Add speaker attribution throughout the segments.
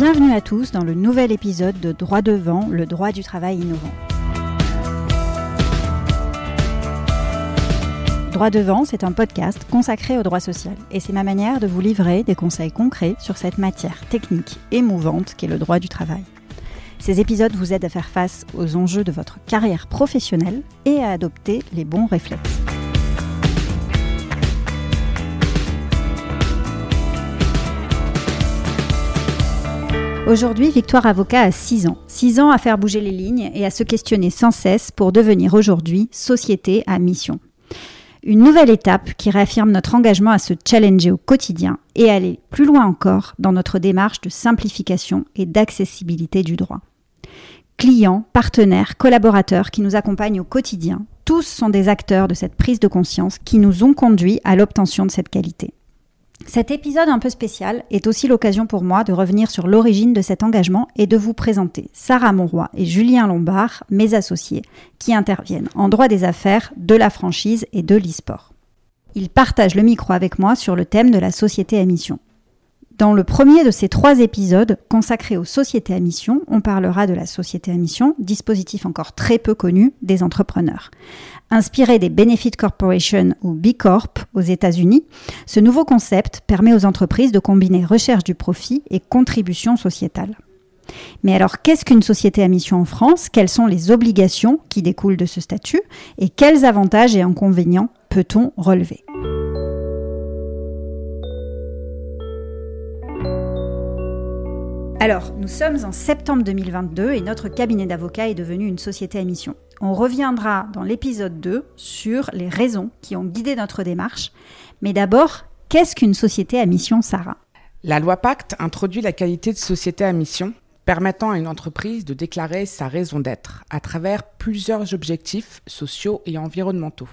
Speaker 1: Bienvenue à tous dans le nouvel épisode de Droit devant, le droit du travail innovant. Droit devant, c'est un podcast consacré au droit social et c'est ma manière de vous livrer des conseils concrets sur cette matière technique et mouvante qu'est le droit du travail. Ces épisodes vous aident à faire face aux enjeux de votre carrière professionnelle et à adopter les bons réflexes. Aujourd'hui, Victoire Avocat a 6 ans. 6 ans à faire bouger les lignes et à se questionner sans cesse pour devenir aujourd'hui société à mission. Une nouvelle étape qui réaffirme notre engagement à se challenger au quotidien et aller plus loin encore dans notre démarche de simplification et d'accessibilité du droit. Clients, partenaires, collaborateurs qui nous accompagnent au quotidien, tous sont des acteurs de cette prise de conscience qui nous ont conduits à l'obtention de cette qualité. Cet épisode un peu spécial est aussi l'occasion pour moi de revenir sur l'origine de cet engagement et de vous présenter Sarah Monroy et Julien Lombard, mes associés, qui interviennent en droit des affaires, de la franchise et de l'e-sport. Ils partagent le micro avec moi sur le thème de la société à mission. Dans le premier de ces 3 épisodes consacrés aux sociétés à mission, on parlera de la société à mission, dispositif encore très peu connu des entrepreneurs. Inspiré des Benefit Corporation ou B Corp aux États-Unis, ce nouveau concept permet aux entreprises de combiner recherche du profit et contribution sociétale. Mais alors, qu'est-ce qu'une société à mission en France ? Quelles sont les obligations qui découlent de ce statut ? Et quels avantages et inconvénients peut-on relever ? Alors, nous sommes en septembre 2022 et notre cabinet d'avocats est devenu une société à mission. On reviendra dans l'épisode 2 sur les raisons qui ont guidé notre démarche. Mais d'abord, qu'est-ce qu'une société à mission, Sarah ?
Speaker 2: La loi Pacte introduit la qualité de société à mission, permettant à une entreprise de déclarer sa raison d'être à travers plusieurs objectifs sociaux et environnementaux.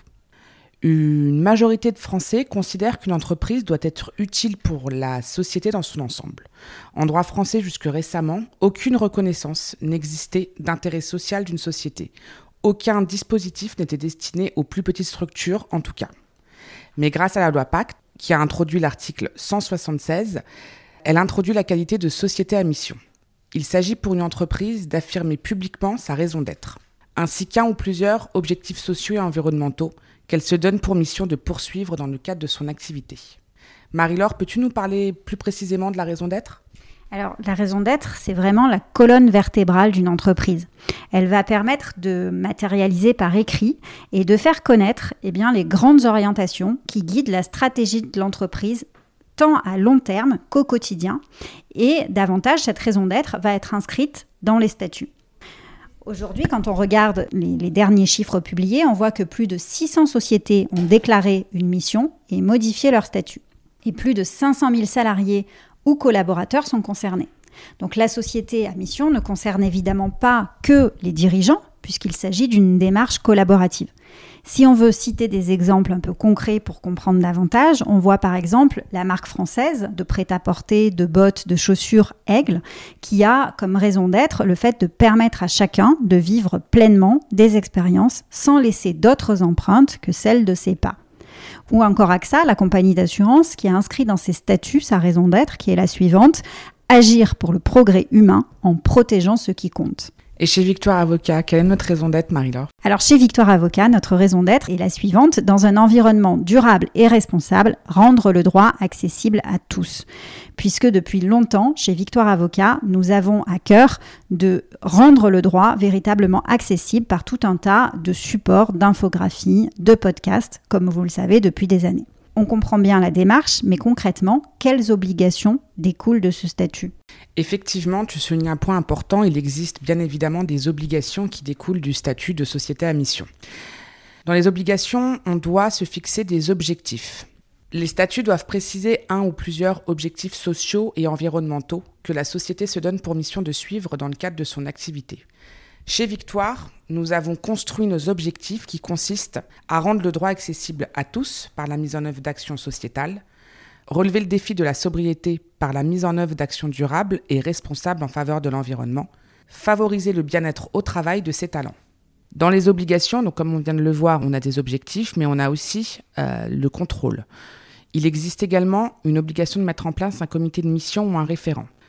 Speaker 2: Une majorité de Français considèrent qu'une entreprise doit être utile pour la société dans son ensemble. En droit français, jusque récemment, aucune reconnaissance n'existait d'intérêt social d'une société. Aucun dispositif n'était destiné aux plus petites structures, en tout cas. Mais grâce à la loi Pacte, qui a introduit l'article 176, elle introduit la qualité de société à mission. Il s'agit pour une entreprise d'affirmer publiquement sa raison d'être, ainsi qu'un ou plusieurs objectifs sociaux et environnementaux qu'elle se donne pour mission de poursuivre dans le cadre de son activité. Marie-Laure, peux-tu nous parler plus précisément de la raison d'être ?
Speaker 1: Alors, la raison d'être, c'est vraiment la colonne vertébrale d'une entreprise. Elle va permettre de matérialiser par écrit et de faire connaître les grandes orientations qui guident la stratégie de l'entreprise tant à long terme qu'au quotidien. Et davantage, cette raison d'être va être inscrite dans les statuts. Aujourd'hui, quand on regarde les derniers chiffres publiés, on voit que plus de 600 sociétés ont déclaré une mission et modifié leur statut. Et plus de 500 000 salariés ou collaborateurs sont concernés. Donc la société à mission ne concerne évidemment pas que les dirigeants, puisqu'il s'agit d'une démarche collaborative. Si on veut citer des exemples un peu concrets pour comprendre davantage, on voit par exemple la marque française de prêt-à-porter, de bottes, de chaussures Aigle, qui a comme raison d'être le fait de permettre à chacun de vivre pleinement des expériences sans laisser d'autres empreintes que celles de ses pas. Ou encore AXA, la compagnie d'assurance, qui a inscrit dans ses statuts sa raison d'être, qui est la suivante, agir pour le progrès humain en protégeant ce qui compte.
Speaker 2: Et chez Victoire Avocat, quelle est notre raison d'être, Marie-Laure ?
Speaker 1: Alors chez Victoire Avocat, notre raison d'être est la suivante. Dans un environnement durable et responsable, rendre le droit accessible à tous. Puisque depuis longtemps, chez Victoire Avocat, nous avons à cœur de rendre le droit véritablement accessible par tout un tas de supports, d'infographies, de podcasts, comme vous le savez depuis des années. On comprend bien la démarche, mais concrètement, quelles obligations découlent de ce statut ?
Speaker 2: Effectivement, tu soulignes un point important, il existe bien évidemment des obligations qui découlent du statut de société à mission. Dans les obligations, on doit se fixer des objectifs. Les statuts doivent préciser un ou plusieurs objectifs sociaux et environnementaux que la société se donne pour mission de suivre dans le cadre de son activité. Chez Victoire, nous avons construit nos objectifs qui consistent à rendre le droit accessible à tous par la mise en œuvre d'actions sociétales, relever le défi de la sobriété par la mise en œuvre d'actions durables et responsables en faveur de l'environnement, favoriser le bien-être au travail de ses talents. Dans les obligations, donc comme on vient de le voir, on a des objectifs, mais on a aussi le contrôle. Il existe également une obligation de mettre en place un comité de mission ou un référent.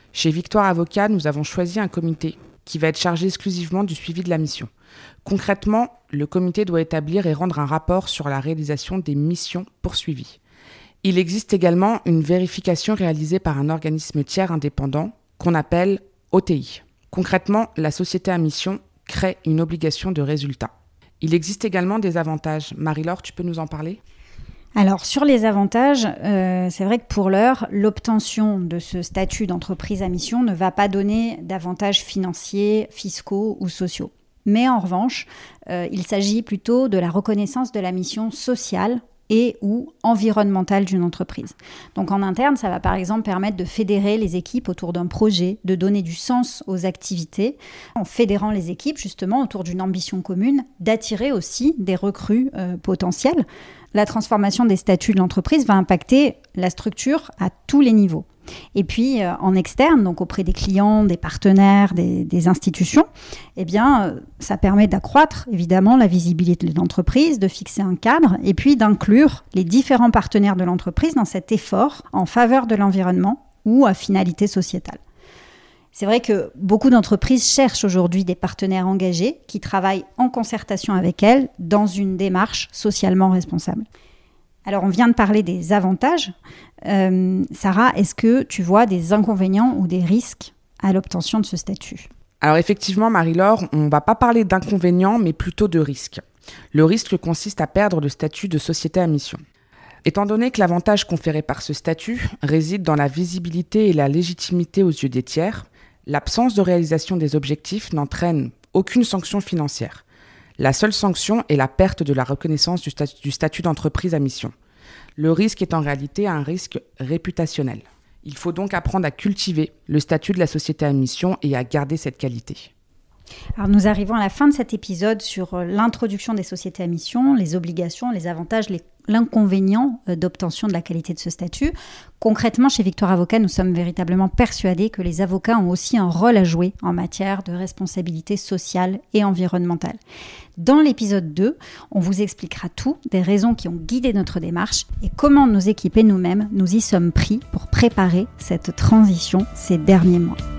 Speaker 2: Chez Victoire Avocat, nous avons choisi un comité qui va être chargé exclusivement du suivi de la mission. Concrètement, le comité doit établir et rendre un rapport sur la réalisation des missions poursuivies. Il existe également une vérification réalisée par un organisme tiers indépendant qu'on appelle OTI. Concrètement, la société à mission crée une obligation de résultat. Il existe également des avantages. Marie-Laure, tu peux nous en parler ?
Speaker 1: Alors, sur les avantages, c'est vrai que pour l'heure, l'obtention de ce statut d'entreprise à mission ne va pas donner d'avantages financiers, fiscaux ou sociaux. Mais en revanche, il s'agit plutôt de la reconnaissance de la mission sociale et ou environnementale d'une entreprise. Donc en interne, ça va par exemple permettre de fédérer les équipes autour d'un projet, de donner du sens aux activités, en fédérant les équipes justement autour d'une ambition commune, d'attirer aussi des recrues potentielles. La transformation des statuts de l'entreprise va impacter la structure à tous les niveaux. Et puis en externe, donc auprès des clients, des partenaires, des institutions, eh bien, ça permet d'accroître évidemment la visibilité de l'entreprise, de fixer un cadre et puis d'inclure les différents partenaires de l'entreprise dans cet effort en faveur de l'environnement ou à finalité sociétale. C'est vrai que beaucoup d'entreprises cherchent aujourd'hui des partenaires engagés qui travaillent en concertation avec elles dans une démarche socialement responsable. Alors, on vient de parler des avantages. Sarah, est-ce que tu vois des inconvénients ou des risques à l'obtention de ce statut ?
Speaker 2: Alors effectivement, Marie-Laure, on ne va pas parler d'inconvénients, mais plutôt de risques. Le risque consiste à perdre le statut de société à mission. Étant donné que l'avantage conféré par ce statut réside dans la visibilité et la légitimité aux yeux des tiers, l'absence de réalisation des objectifs n'entraîne aucune sanction financière. La seule sanction est la perte de la reconnaissance du statut d'entreprise à mission. Le risque est en réalité un risque réputationnel. Il faut donc apprendre à cultiver le statut de la société à mission et à garder cette qualité.
Speaker 1: Alors nous arrivons à la fin de cet épisode sur l'introduction des sociétés à mission, les obligations, les avantages, l'inconvénient d'obtention de la qualité de ce statut. Concrètement, chez Victoire Avocat, nous sommes véritablement persuadés que les avocats ont aussi un rôle à jouer en matière de responsabilité sociale et environnementale. Dans l'épisode 2, on vous expliquera tout, des raisons qui ont guidé notre démarche et comment nos équipes et nous-mêmes nous y sommes pris pour préparer cette transition ces derniers mois.